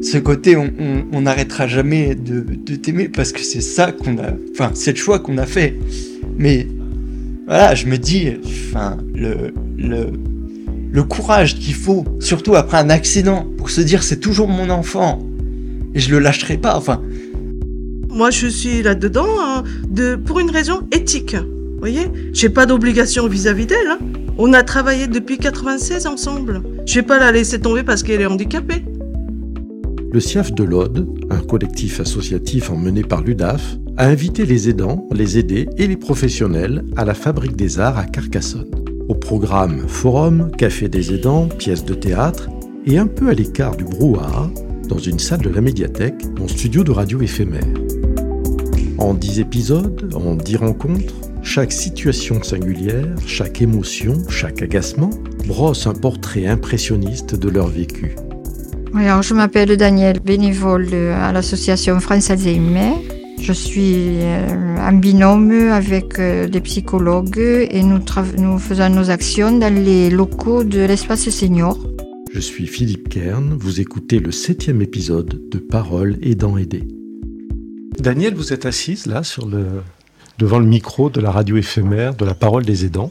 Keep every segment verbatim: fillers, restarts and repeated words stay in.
ce côté on, on, on n'arrêtera jamais de, de t'aimer parce que c'est ça qu'on a, enfin c'est le choix qu'on a fait. Mais voilà, je me dis, enfin le le le courage qu'il faut, surtout après un accident, pour se dire c'est toujours mon enfant et je le lâcherai pas. Enfin, moi je suis là-dedans hein, de pour une raison éthique. Vous voyez, j'ai pas d'obligation vis-à-vis d'elle. Hein. On a travaillé depuis quatre-vingt-seize ensemble. Je vais pas la laisser tomber parce qu'elle est handicapée. Le C I A F de l'Aude, un collectif associatif emmené par l'U D A F, a invité les aidants, les aidés et les professionnels à la Fabrique des Arts à Carcassonne. Au programme forum, café des aidants, pièces de théâtre et un peu à l'écart du brouhaha, dans une salle de la médiathèque, mon studio de radio éphémère. En dix épisodes, en dix rencontres, chaque situation singulière, chaque émotion, chaque agacement brosse un portrait impressionniste de leur vécu. Alors, je m'appelle Danielle, bénévole à l'association France Alzheimer. Je suis en binôme avec des psychologues et nous, tra- nous faisons nos actions dans les locaux de l'espace senior. Je suis Philippe Kern, vous écoutez le septième épisode de Paroles aidants aidés. Danielle, vous êtes assise là sur le... devant le micro de la radio éphémère de la Parole des aidants.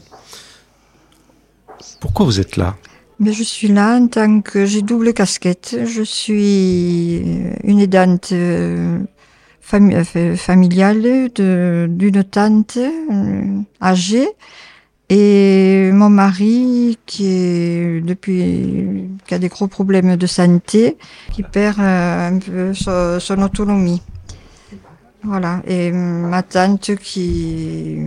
Pourquoi vous êtes là ? Mais je suis là en tant que j'ai double casquette. Je suis une aidante fami- familiale de, d'une tante âgée et mon mari qui est depuis qui a des gros problèmes de santé, qui perd un peu son, son autonomie. Voilà, et ma tante qui,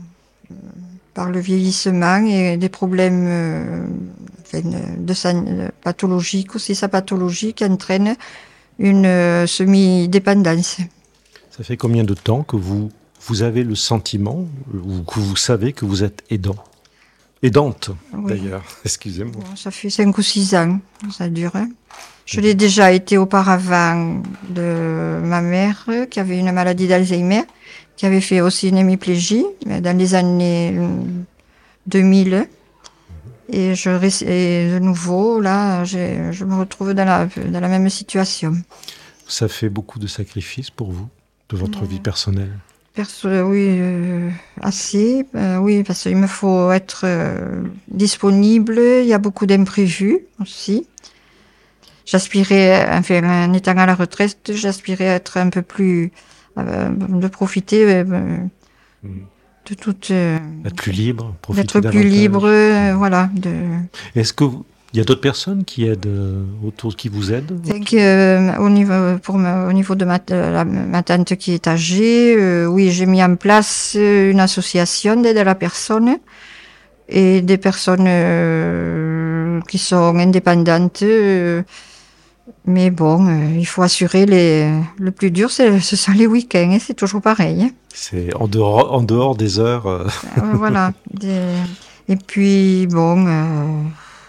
par le vieillissement et des problèmes euh, de sa pathologique, aussi sa pathologie qui entraîne une euh, semi-dépendance. Ça fait combien de temps que vous, vous avez le sentiment, ou que vous savez que vous êtes aidant ? Aidante, oui. D'ailleurs, excusez-moi. Bon, ça fait cinq ou six ans, ça dure. Je l'ai déjà été auparavant de ma mère, qui avait une maladie d'Alzheimer, qui avait fait aussi une hémiplégie dans les années deux mille. Et, je, et de nouveau, là, j'ai, je me retrouve dans la, dans la même situation. Ça fait beaucoup de sacrifices pour vous, de votre mmh. vie personnelle ? Perso, oui, euh, assez. Euh, oui, parce qu'il me faut être euh, disponible. Il y a beaucoup d'imprévus aussi. J'aspirais, enfin, en étant à la retraite, j'aspirais à être un peu plus, euh, de profiter euh, mmh. de toute. Euh, être plus libre, profiter d'être davantage. plus libre, euh, voilà. De... Est-ce que vous, il y a d'autres personnes qui aident euh, autour, qui vous aident Donc, euh, au niveau, pour ma, au niveau de ma, la, ma tante qui est âgée, euh, oui, j'ai mis en place une association d'aide à la personne et des personnes euh, qui sont indépendantes. Euh, mais bon, euh, il faut assurer les. Le plus dur, c'est, ce sont les week-ends, hein, c'est toujours pareil. Hein. C'est en dehors, en dehors des heures. Euh... Euh, voilà. Des... Et puis bon. Euh...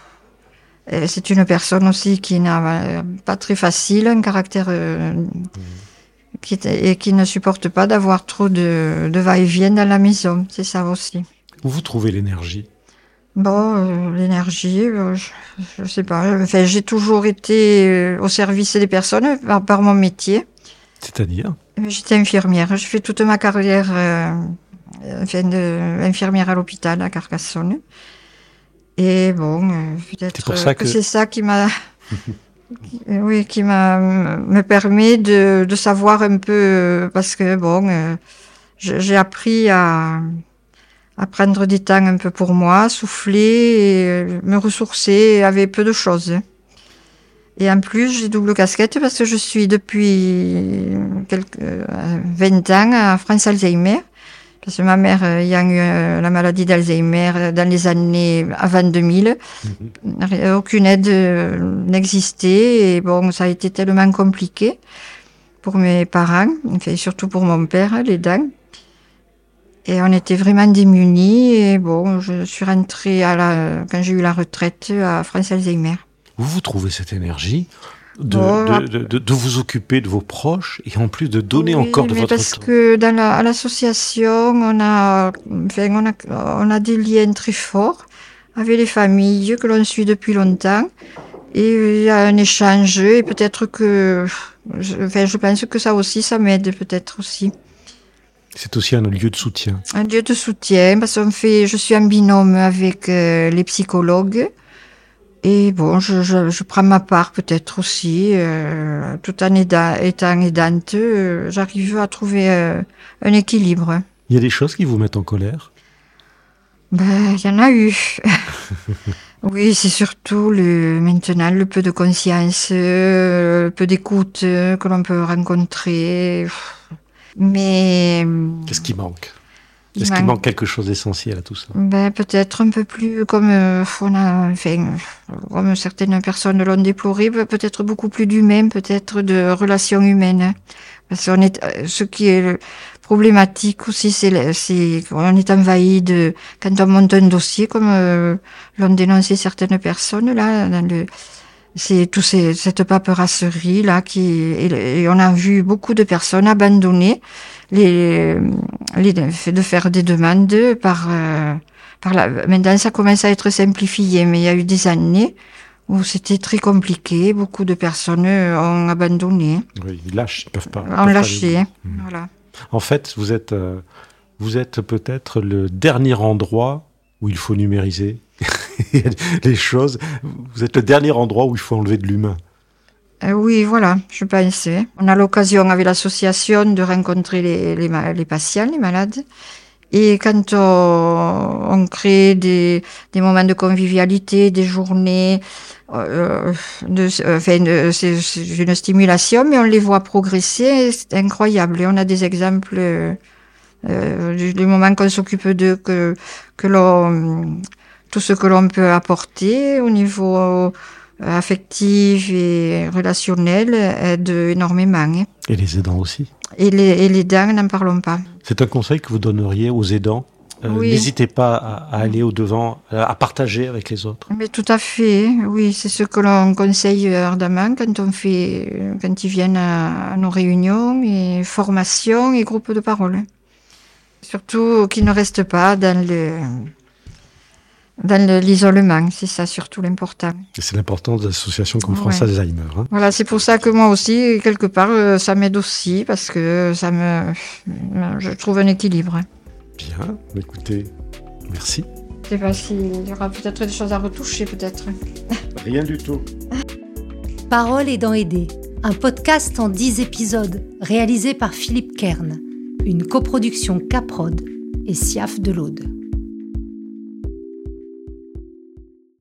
C'est une personne aussi qui n'a pas très facile, un caractère euh, mmh. qui est, et qui ne supporte pas d'avoir trop de, de va-et-vient dans la maison. C'est ça aussi. Où vous trouvez l'énergie ? Bon, euh, l'énergie, euh, je ne sais pas. Enfin, j'ai toujours été euh, au service des personnes par, par mon métier. C'est-à-dire ? J'étais infirmière. Je fais toute ma carrière euh, enfin, de, infirmière à l'hôpital à Carcassonne. Et bon, euh, peut-être c'est ça que, que c'est ça qui m'a, qui, oui, qui m'a me permet de, de savoir un peu, parce que bon, euh, j'ai appris à, à prendre du temps un peu pour moi, souffler, et me ressourcer avec peu de choses. Et en plus, j'ai double casquette parce que je suis depuis quelques vingt ans à France Alzheimer. Parce que ma mère ayant eu la maladie d'Alzheimer dans les années avant deux mille, mmh. aucune aide n'existait. Et bon, ça a été tellement compliqué pour mes parents, enfin, surtout pour mon père, les dents. Et on était vraiment démunis. Et bon, je suis rentrée à la, quand j'ai eu la retraite à France Alzheimer. Où vous trouvez cette énergie de, oh, de, de, de vous occuper de vos proches et en plus de donner oui, encore de mais votre parce temps. Parce que dans la, à l'association, on a, enfin, on a, on a des liens très forts avec les familles que l'on suit depuis longtemps. Et il y a un échange et peut-être que, je, enfin, je pense que ça aussi, ça m'aide peut-être aussi. C'est aussi un lieu de soutien. Un lieu de soutien, parce qu'on fait, je suis en binôme avec euh, les psychologues. Et bon, je, je, je prends ma part peut-être aussi, euh, tout en aidant, étant aidante, euh, j'arrive à trouver euh, un équilibre. Il y a des choses qui vous mettent en colère ? Ben, il y en a eu. Oui, c'est surtout le, maintenant le peu de conscience, euh, le peu d'écoute euh, que l'on peut rencontrer. Mais... Qu'est-ce qui manque ? il Est-ce manque... qu'il manque quelque chose d'essentiel à tout ça ? Ben, peut-être un peu plus comme, euh, on a, enfin, comme certaines personnes l'ont déploré, peut-être beaucoup plus d'humain, peut-être de relations humaines. Parce qu'on est, ce qui est problématique aussi, c'est, c'est qu'on est envahi de, quand on monte un dossier, comme euh, l'ont dénoncé certaines personnes là, dans le, c'est tout ces, cette paperasserie là qui, et, et on a vu beaucoup de personnes abandonner les, les de faire des demandes par, euh, par la. Maintenant, ça commence à être simplifié, mais il y a eu des années où c'était très compliqué. Beaucoup de personnes ont abandonné. Oui, ils lâchent, ils peuvent pas. Ont lâché, mmh. voilà. En fait, vous êtes, euh, vous êtes peut-être le dernier endroit où il faut numériser les choses. Vous êtes le dernier endroit où il faut enlever de l'humain. Euh, oui, voilà, je pensais. On a l'occasion avec l'association de rencontrer les, les, les patients, les malades. Et quand on, on crée des, des moments de convivialité, des journées, euh, de, enfin, de, c'est, c'est une stimulation, mais on les voit progresser, c'est incroyable. Et on a des exemples euh, du, du moment qu'on s'occupe d'eux, que, que l'on, tout ce que l'on peut apporter au niveau affectif et relationnel aide énormément. Hein. Et les aidants aussi. Et les, et les aidants, n'en parlons pas. C'est un conseil que vous donneriez aux aidants. Euh, oui. N'hésitez pas à, à aller au-devant, à partager avec les autres. Mais tout à fait, oui, c'est ce que l'on conseille ardemment quand on fait, quand ils viennent à, à nos réunions et formations et groupes de parole. Surtout qu'ils ne restent pas dans le, dans le, l'isolement, c'est ça surtout l'important. Et c'est l'importance d'associations comme Ouais. France Alzheimer. Hein. Voilà, c'est pour ça que moi aussi, quelque part, ça m'aide aussi, parce que ça me, je trouve un équilibre. Bien, écoutez, merci. Je sais pas s'il y aura peut-être des choses à retoucher, peut-être. Rien du tout. Parole aidant aidé, un podcast en dix épisodes, réalisé par Philippe Kern, une coproduction Caprod et SIAF de l'Aude.